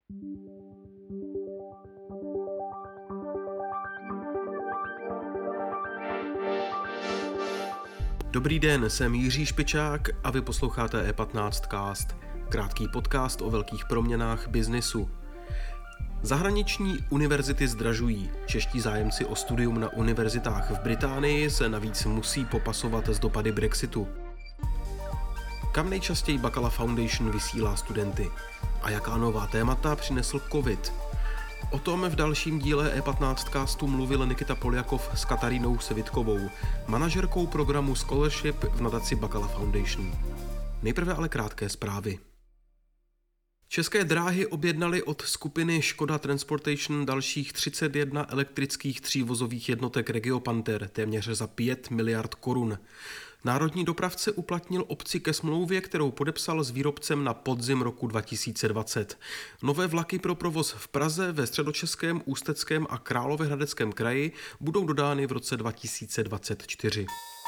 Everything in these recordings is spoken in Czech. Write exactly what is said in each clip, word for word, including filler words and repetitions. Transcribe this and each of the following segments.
Dobrý den, jsem Jiří Špičák a vy posloucháte E patnáct Cast, krátký podcast o velkých proměnách biznisu. Zahraniční univerzity zdražují. Čeští zájemci o studium na univerzitách v Británii se navíc musí popasovat s dopady Brexitu. Kam nejčastěji Bakala Foundation vysílá studenty? A jaká nová témata přinesl covid? O tom v dalším díle E patnáct Castu mluvil Nikita Poljakov s Katarínou Sevitkovou, manažerkou programu Scholarship v nadaci Bakala Foundation. Nejprve ale krátké zprávy. České dráhy objednaly od skupiny Škoda Transportation dalších třicet jedna elektrických třívozových jednotek Regio Panther, téměř za pět miliard korun. Národní dopravce uplatnil opci ke smlouvě, kterou podepsal s výrobcem na podzim roku dva tisíce dvacet. Nové vlaky pro provoz v Praze, ve Středočeském, Ústeckém a Královéhradeckém kraji budou dodány v roce dva tisíce dvacet čtyři.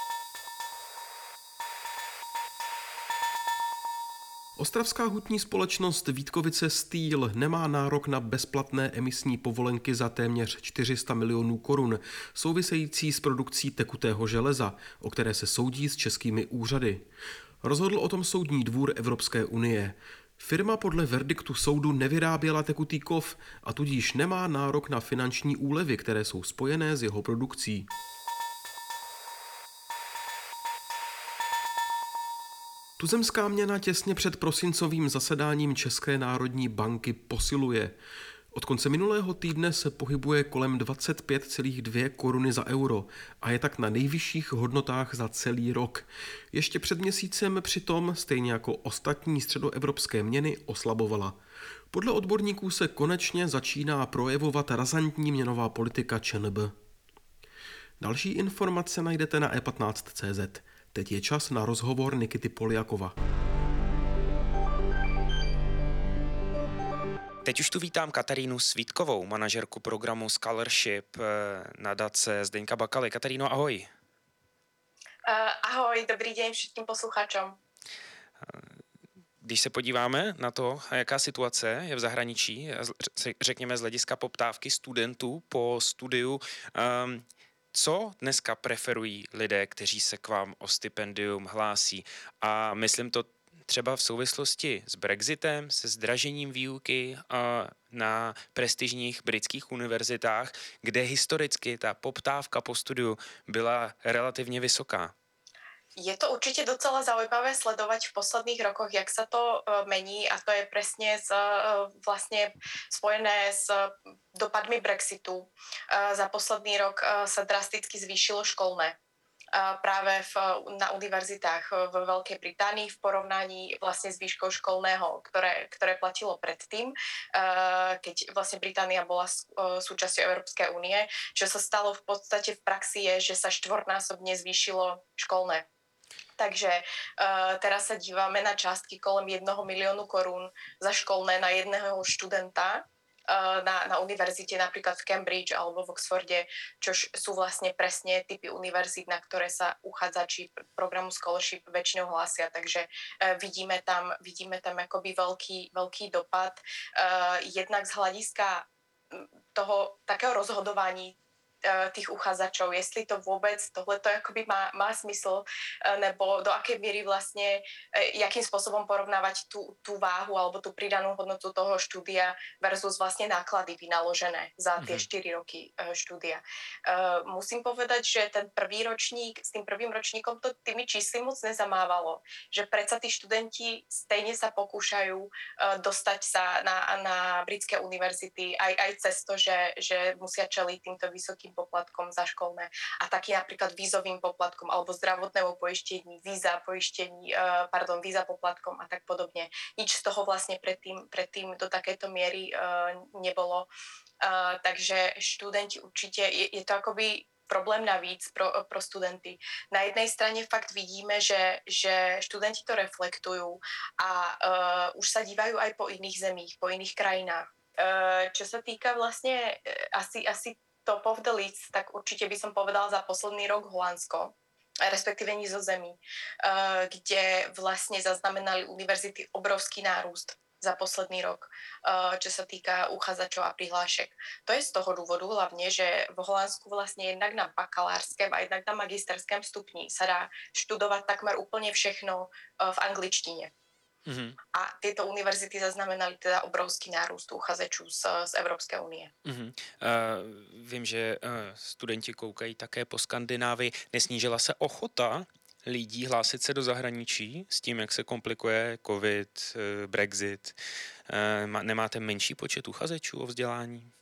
Ostravská hutní společnost Vítkovice Steel nemá nárok na bezplatné emisní povolenky za téměř čtyři sta milionů korun, související s produkcí tekutého železa, o které se soudí s českými úřady. Rozhodl o tom Soudní dvůr Evropské unie. Firma podle verdiktu soudu nevyráběla tekutý kov a tudíž nemá nárok na finanční úlevy, které jsou spojené s jeho produkcí. Tuzemská měna těsně před prosincovým zasedáním České národní banky posiluje. Od konce minulého týdne se pohybuje kolem dvacet pět celá dvě koruny za euro a je tak na nejvyšších hodnotách za celý rok. Ještě před měsícem přitom, stejně jako ostatní středoevropské měny, oslabovala. Podle odborníků se konečně začíná projevovat razantní měnová politika ČNB. Další informace najdete na e patnáct tečka cé zet. Teď je čas na rozhovor Nikity Poljakova. Teď už tu vítám Katarínu Svítkovou, manažerku programu Scholarship nadace Zdeňka Bakaly. Kataríno, ahoj. Uh, ahoj, dobrý den všem posluchačům. Když se podíváme na to, jaká situace je v zahraničí, řekněme z hlediska poptávky studentů po studiu, um, co dneska preferují lidé, kteří se k vám o stipendium hlásí? A myslím to třeba v souvislosti s Brexitem, se zdražením výuky na prestižních britských univerzitách, kde historicky ta poptávka po studiu byla relativně vysoká. Je to určite docela zaujímavé sledovať v posledných rokoch, jak sa to mení, a to je presne z, vlastne spojené s dopadmi Brexitu. Za posledný rok sa drasticky zvýšilo školné práve v, na univerzitách v Veľkej Británii v porovnaní vlastne s výškou školného, ktoré, ktoré platilo predtým, keď vlastne Británia bola súčasťou Európskej únie. Čo sa stalo v podstate v praxi je, že sa štvornásobne zvýšilo školné. Takže uh, teraz sa dívame na částky kolem jednoho miliónu korún za školné na jedného študenta uh, na, na univerzite, napríklad v Cambridge alebo v Oxforde, čož sú vlastne presne typy univerzít, na ktoré sa uchádzači programu Scholarship väčšinou hlásia. Takže uh, vidíme tam, vidíme tam akoby veľký, veľký dopad. Uh, jednak z hľadiska toho takého rozhodování tých uchádzačov, jestli to vôbec tohleto akoby má, má smysl, nebo do akej miery vlastne, jakým spôsobom porovnávať tú, tú váhu alebo tú pridanú hodnotu toho štúdia versus vlastne náklady vynaložené za tie štyri roky štúdia. Musím povedať, že ten prvý ročník, s tým prvým ročníkom to tými čísly moc nezamávalo, že predsa tí študenti stejne sa pokúšajú dostať sa na, na britské univerzity aj, aj cez to, že, že musia čeliť týmto vysokým poplatkom za školné a taky napríklad vízovým poplatkom alebo zdravotnému pojištení, víza pojištení, pardon, víza poplatkom a tak podobne. Nič z toho vlastne predtým, predtým do takéto miery nebolo. Takže študenti určite, je, je to akoby problém navíc pro, pro studenty. Na jednej strane fakt vidíme, že, že študenti to reflektujú a uh, už sa dívajú aj po iných zemích, po iných krajinách. Uh, čo sa týka vlastne uh, asi, asi top of the list, tak určite by som povedala za posledný rok Holandsko, respektíve Nizozemí, kde vlastne zaznamenali univerzity obrovský nárůst za posledný rok, čo sa týka uchádzačov a prihlášek. To je z toho dôvodu hlavne, že v Holandsku vlastne jednak na bakalárskem a jednak na magisterském stupni sa dá študovať takmer úplne všechno v angličtine. Mm-hmm. A tieto univerzity zaznamenali teda obrovský nárůst uchazečů z, z Evropské unie. Mm-hmm. Uh, vím, že uh, studenti koukají také po Skandinávii. Nesnížila se ochota lidí hlásit se do zahraničí s tím, jak se komplikuje covid, uh, Brexit? Uh, nemáte menší počet uchazečů o vzdělání?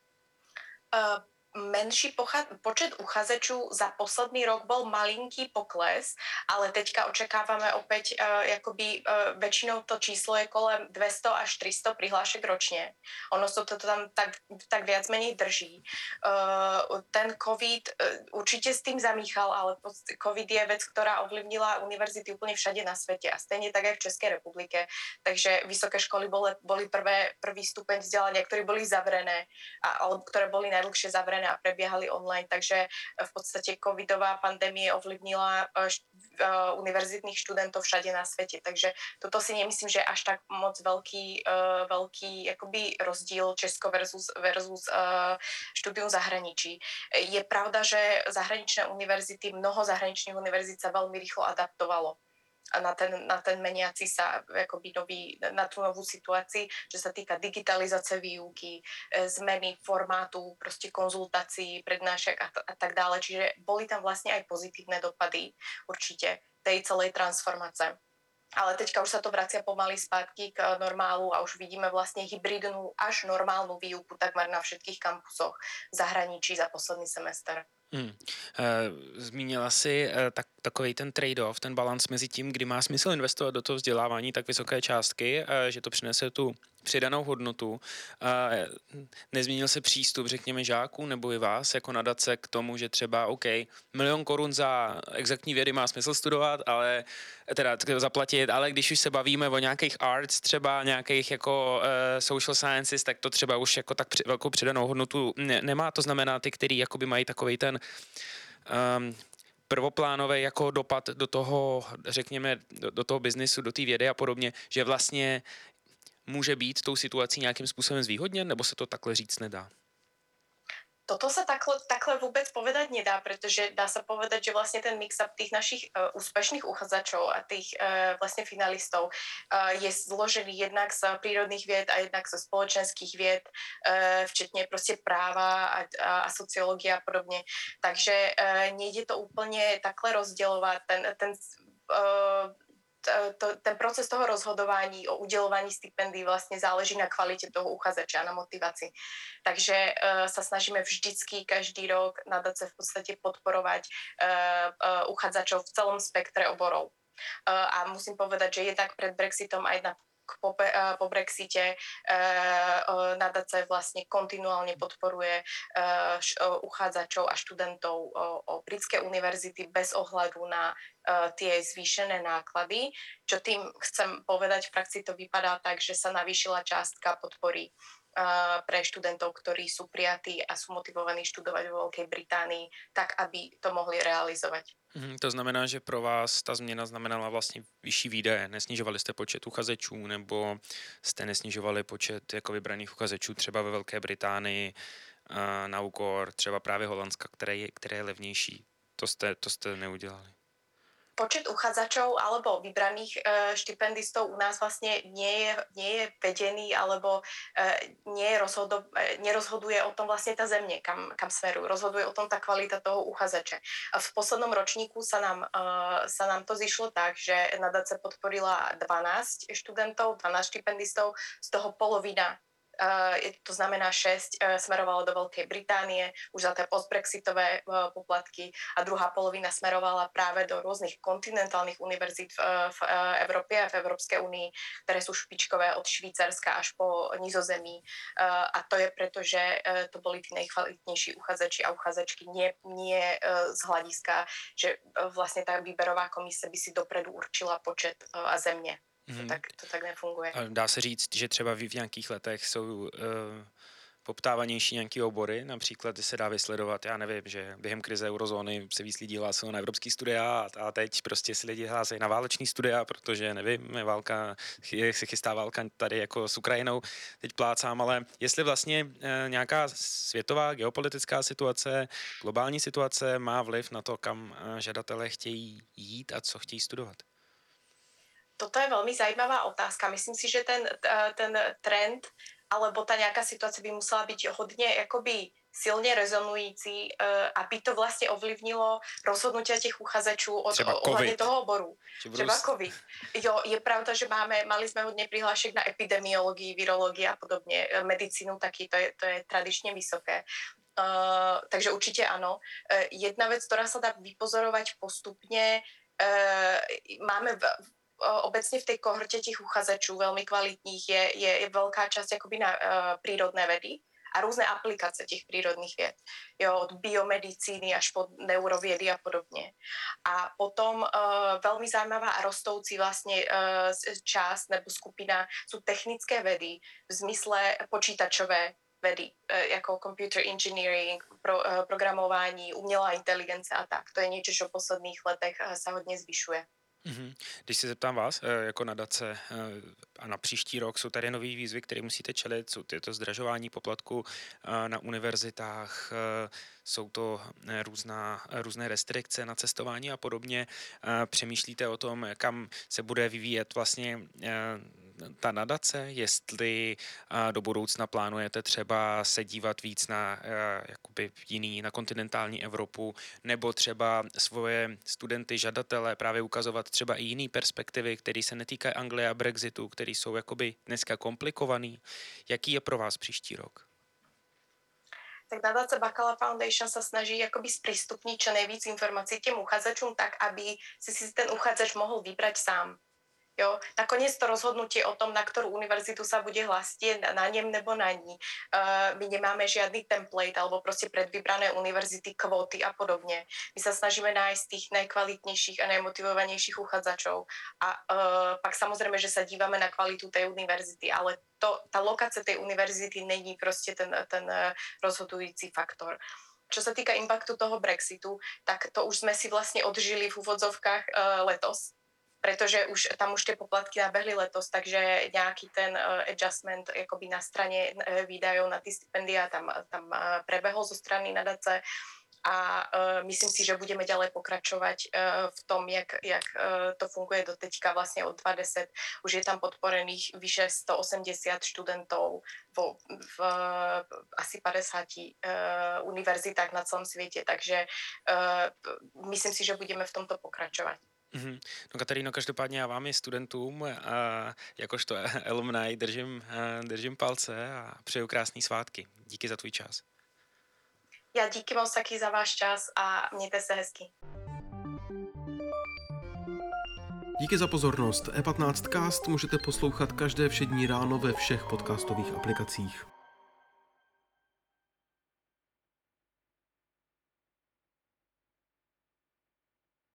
Uh, menší pocha- počet uchazečů za posledný rok bol malinký pokles, ale teďka očakávame opäť uh, jakoby uh, väčšinou to číslo je kolem dvesto až tristo prihlášek ročne. Ono sa to tam tak, tak viac menej drží. Uh, ten covid uh, určite s tým zamíchal, ale covid je vec, ktorá ovlivnila univerzity úplne všade na svete a stejne tak aj v Českej republike. Takže vysoké školy boli, boli prvé, prvý stupeň vzdelania, ktoré boli zavrené, a, alebo ktoré boli najdlhšie zavrené a prebiehali online, takže v podstate covidová pandémie ovlivnila uh, univerzitných študentov všade na svete, takže toto si nemyslím, že je až tak moc veľký, uh, veľký jakoby rozdíl Česko versus, versus uh, štúdium zahraničí. Je pravda, že zahraničné univerzity, mnoho zahraničných univerzít sa veľmi rýchlo adaptovalo na ten, na ten meniaci sa akoby nový, na tú novú situácii, že sa týka digitalizácie výuky, zmeny formátu, proste konzultácií, prednášek a, t- a tak dále. Čiže boli tam vlastne aj pozitívne dopady určite tej celej transformácie. Ale teďka už sa to vracia pomaly zpátky k normálu a už vidíme vlastne hybridnú až normálnu výuku takmer na všetkých kampusoch v zahraničí za posledný semestr. Hmm. Zmínila si tak, takový ten trade-off, ten balans mezi tím, kdy má smysl investovat do toho vzdělávání tak vysoké částky, že to přinese tu přidanou hodnotu. Nezměnil se přístup, řekněme, žáků nebo i vás jako nadace k tomu, že třeba OK, milion korun za exaktní vědy má smysl studovat, ale teda zaplatit, ale když už se bavíme o nějakých arts, třeba nějakých jako uh, social sciences, tak to třeba už jako tak při, velkou přidanou hodnotu ne, nemá. To znamená ty, který jakoby mají takovej ten um, prvoplánový jako dopad do toho, řekněme, do, do toho biznisu, do té vědy a podobně, že vlastně může být tou situací nějakým způsobem zvýhodněn, nebo se to takhle říct nedá? Toto sa takhle, takhle vôbec povedať nedá, pretože dá sa povedať, že vlastne ten mix-up tých našich uh, úspešných uchádzačov a tých uh, vlastne finalistov uh, je zložený jednak z prírodných vied a jednak zo spoločenských vied, uh, včetne proste práva a, a, a sociológia a podobne. Takže uh, nejde to úplne takhle rozdeľovať. Ten, ten uh, To, ten proces toho rozhodování o udělování stipendií vlastně záleží na kvalitě toho uchazeča, na motivaci. Takže uh, sa snažíme vždycky každý rok nadace v podstate podporovať uh, uh, uchádzačov v celom spektre oborov. Uh, a musím povedať, že je tak pred Brexitom aj na po, po Brexite uh, nadace vlastne kontinuálne podporuje uh, uchádzačov a študentov o, o britské univerzity bez ohľadu na uh, tie zvýšené náklady. Čo tým chcem povedať, v praxi to vypadá tak, že sa navýšila částka podpory uh, pre študentov, ktorí sú prijatí a sú motivovaní študovať vo Veľkej Británii, tak aby to mohli realizovať. Hmm, to znamená, že pro vás ta změna znamenala vlastně vyšší výdaje. Nesnižovali jste počet uchazečů nebo jste nesnižovali počet jako vybraných uchazečů třeba ve Velké Británii na úkor třeba právě Holandska, které je, které je levnější. To jste, to jste neudělali. Počet uchádzačov alebo vybraných e, štipendistov u nás vlastne nie je, nie je vedený alebo e, nie je rozhodo, e, nerozhoduje o tom vlastne tá země, kam, kam smerujú. Rozhoduje o tom tá kvalita toho uchádzača. A v poslednom ročníku sa nám, e, sa nám to zišlo tak, že nadace podporila dvanásť študentov, dvanásť štipendistov, z toho polovina, Uh, to znamená šesť uh, smerovalo do Veľkej Británie už za tie postbrexitové uh, poplatky a druhá polovina smerovala práve do rôznych kontinentálnych univerzít v, uh, v uh, Európe a v Európskej únii, ktoré sú špičkové od Švýcarska až po Nizozemí. Uh, a to je preto, že uh, to boli tí najkvalitnejší uchádzači a uchádzačky, nie, nie uh, z hľadiska, že uh, vlastne tá výberová komise by si dopredu určila počet uh, a země. To tak, to tak nefunguje. Dá se říct, že třeba vy v nějakých letech jsou uh, nejpoptávanější nějaké obory, například se dá vysledovat, já nevím, že během krize eurozóny se víc lidí hlásilo na evropský studia a teď prostě si lidi hlásají na váleční studia, protože nevím, je válka, se chystá válka tady jako s Ukrajinou, teď plácám, ale jestli vlastně nějaká světová geopolitická situace, globální situace má vliv na to, kam žadatelé chtějí jít a co chtějí studovat. Toto je veľmi zajímavá otázka. Myslím si, že ten, ten trend alebo tá nejaká situácia by musela byť hodne akoby silne rezonující, aby to vlastne ovlivnilo rozhodnutia tých uchádzačů od ohľadne toho oboru. Třeba COVID. Jo, je pravda, že máme, mali sme hodne prihlášek na epidemiológii, virológii a podobne. Medicínu taky, to je, to je tradične vysoké. Uh, takže určite áno. Uh, jedna vec, ktorá sa dá vypozorovať postupne, uh, máme v, obecne v tej kohorte tých uchádzačů veľmi kvalitních je, je, je veľká časť akoby na uh, prírodné vedy a rôzne aplikácie tých prírodných vied. Jo, od biomedicíny až po neuroviedy a podobne. A potom uh, veľmi zaujímavá a rostoucí vlastne uh, časť nebo skupina sú technické vedy v zmysle počítačové vedy, jako computer engineering, pro, programování, umělá inteligence a tak. To je něco, co v posledních letech se hodně zvyšuje. Mm-hmm. Když se zeptám vás, jako nadace a na příští rok, jsou tady nový výzvy, které musíte čelit, jsou to zdražování poplatku na univerzitách, jsou to různá, různé restrikce na cestování a podobně. Přemýšlíte o tom, kam se bude vyvíjet vlastně ta nadace, jestli do budoucna plánujete třeba se dívat víc na jakoby jiný, na kontinentální Evropu, nebo třeba svoje studenty, žadatele právě ukazovat třeba i jiný perspektivy, které se netýkají Anglie a Brexitu, které jsou jakoby dneska komplikovaný. Jaký je pro vás příští rok? Tak nadácia Bacala Foundation sa snaží akoby sprístupniť čo nejvíc informácií tým uchádzačom tak, aby si si ten uchádzač mohol vybrať sám. Jo, nakoniec to rozhodnutie o tom, na ktorú univerzitu sa bude hlásiť, je na ňem nebo na ní. Uh, my nemáme žiadny template alebo proste predvybrané univerzity, kvóty a podobne. My sa snažíme nájsť tých najkvalitnejších a najmotivovanejších uchádzačov. A uh, pak samozrejme, že sa dívame na kvalitu tej univerzity, ale to, tá lokácia tej univerzity není proste ten, ten rozhodující faktor. Čo sa týka impaktu toho Brexitu, tak to už sme si vlastne odžili v úvodzovkách uh, letos, pretože už, tam už tie poplatky nabehli letos, takže nejaký ten uh, adjustment jakoby na strane uh, výdajov na tie stipendia tam, tam uh, prebehol zo strany nadace a uh, myslím si, že budeme ďalej pokračovať uh, v tom, jak, jak uh, to funguje do teďka vlastne od dvadsať. Už je tam podporených vyše sto osemdesiat študentov vo, v uh, asi päťdesiat uh, univerzitách na celom svete, takže uh, myslím si, že budeme v tomto pokračovať. Mm-hmm. No Kataríno, každopádně já vám i studentům a jakožto alumni držím, držím palce a přeju krásný svátky. Díky za tvůj čas. Já díky moc taky za váš čas a mějte se hezky. Díky za pozornost. E patnáct Cast můžete poslouchat každé všední ráno ve všech podcastových aplikacích.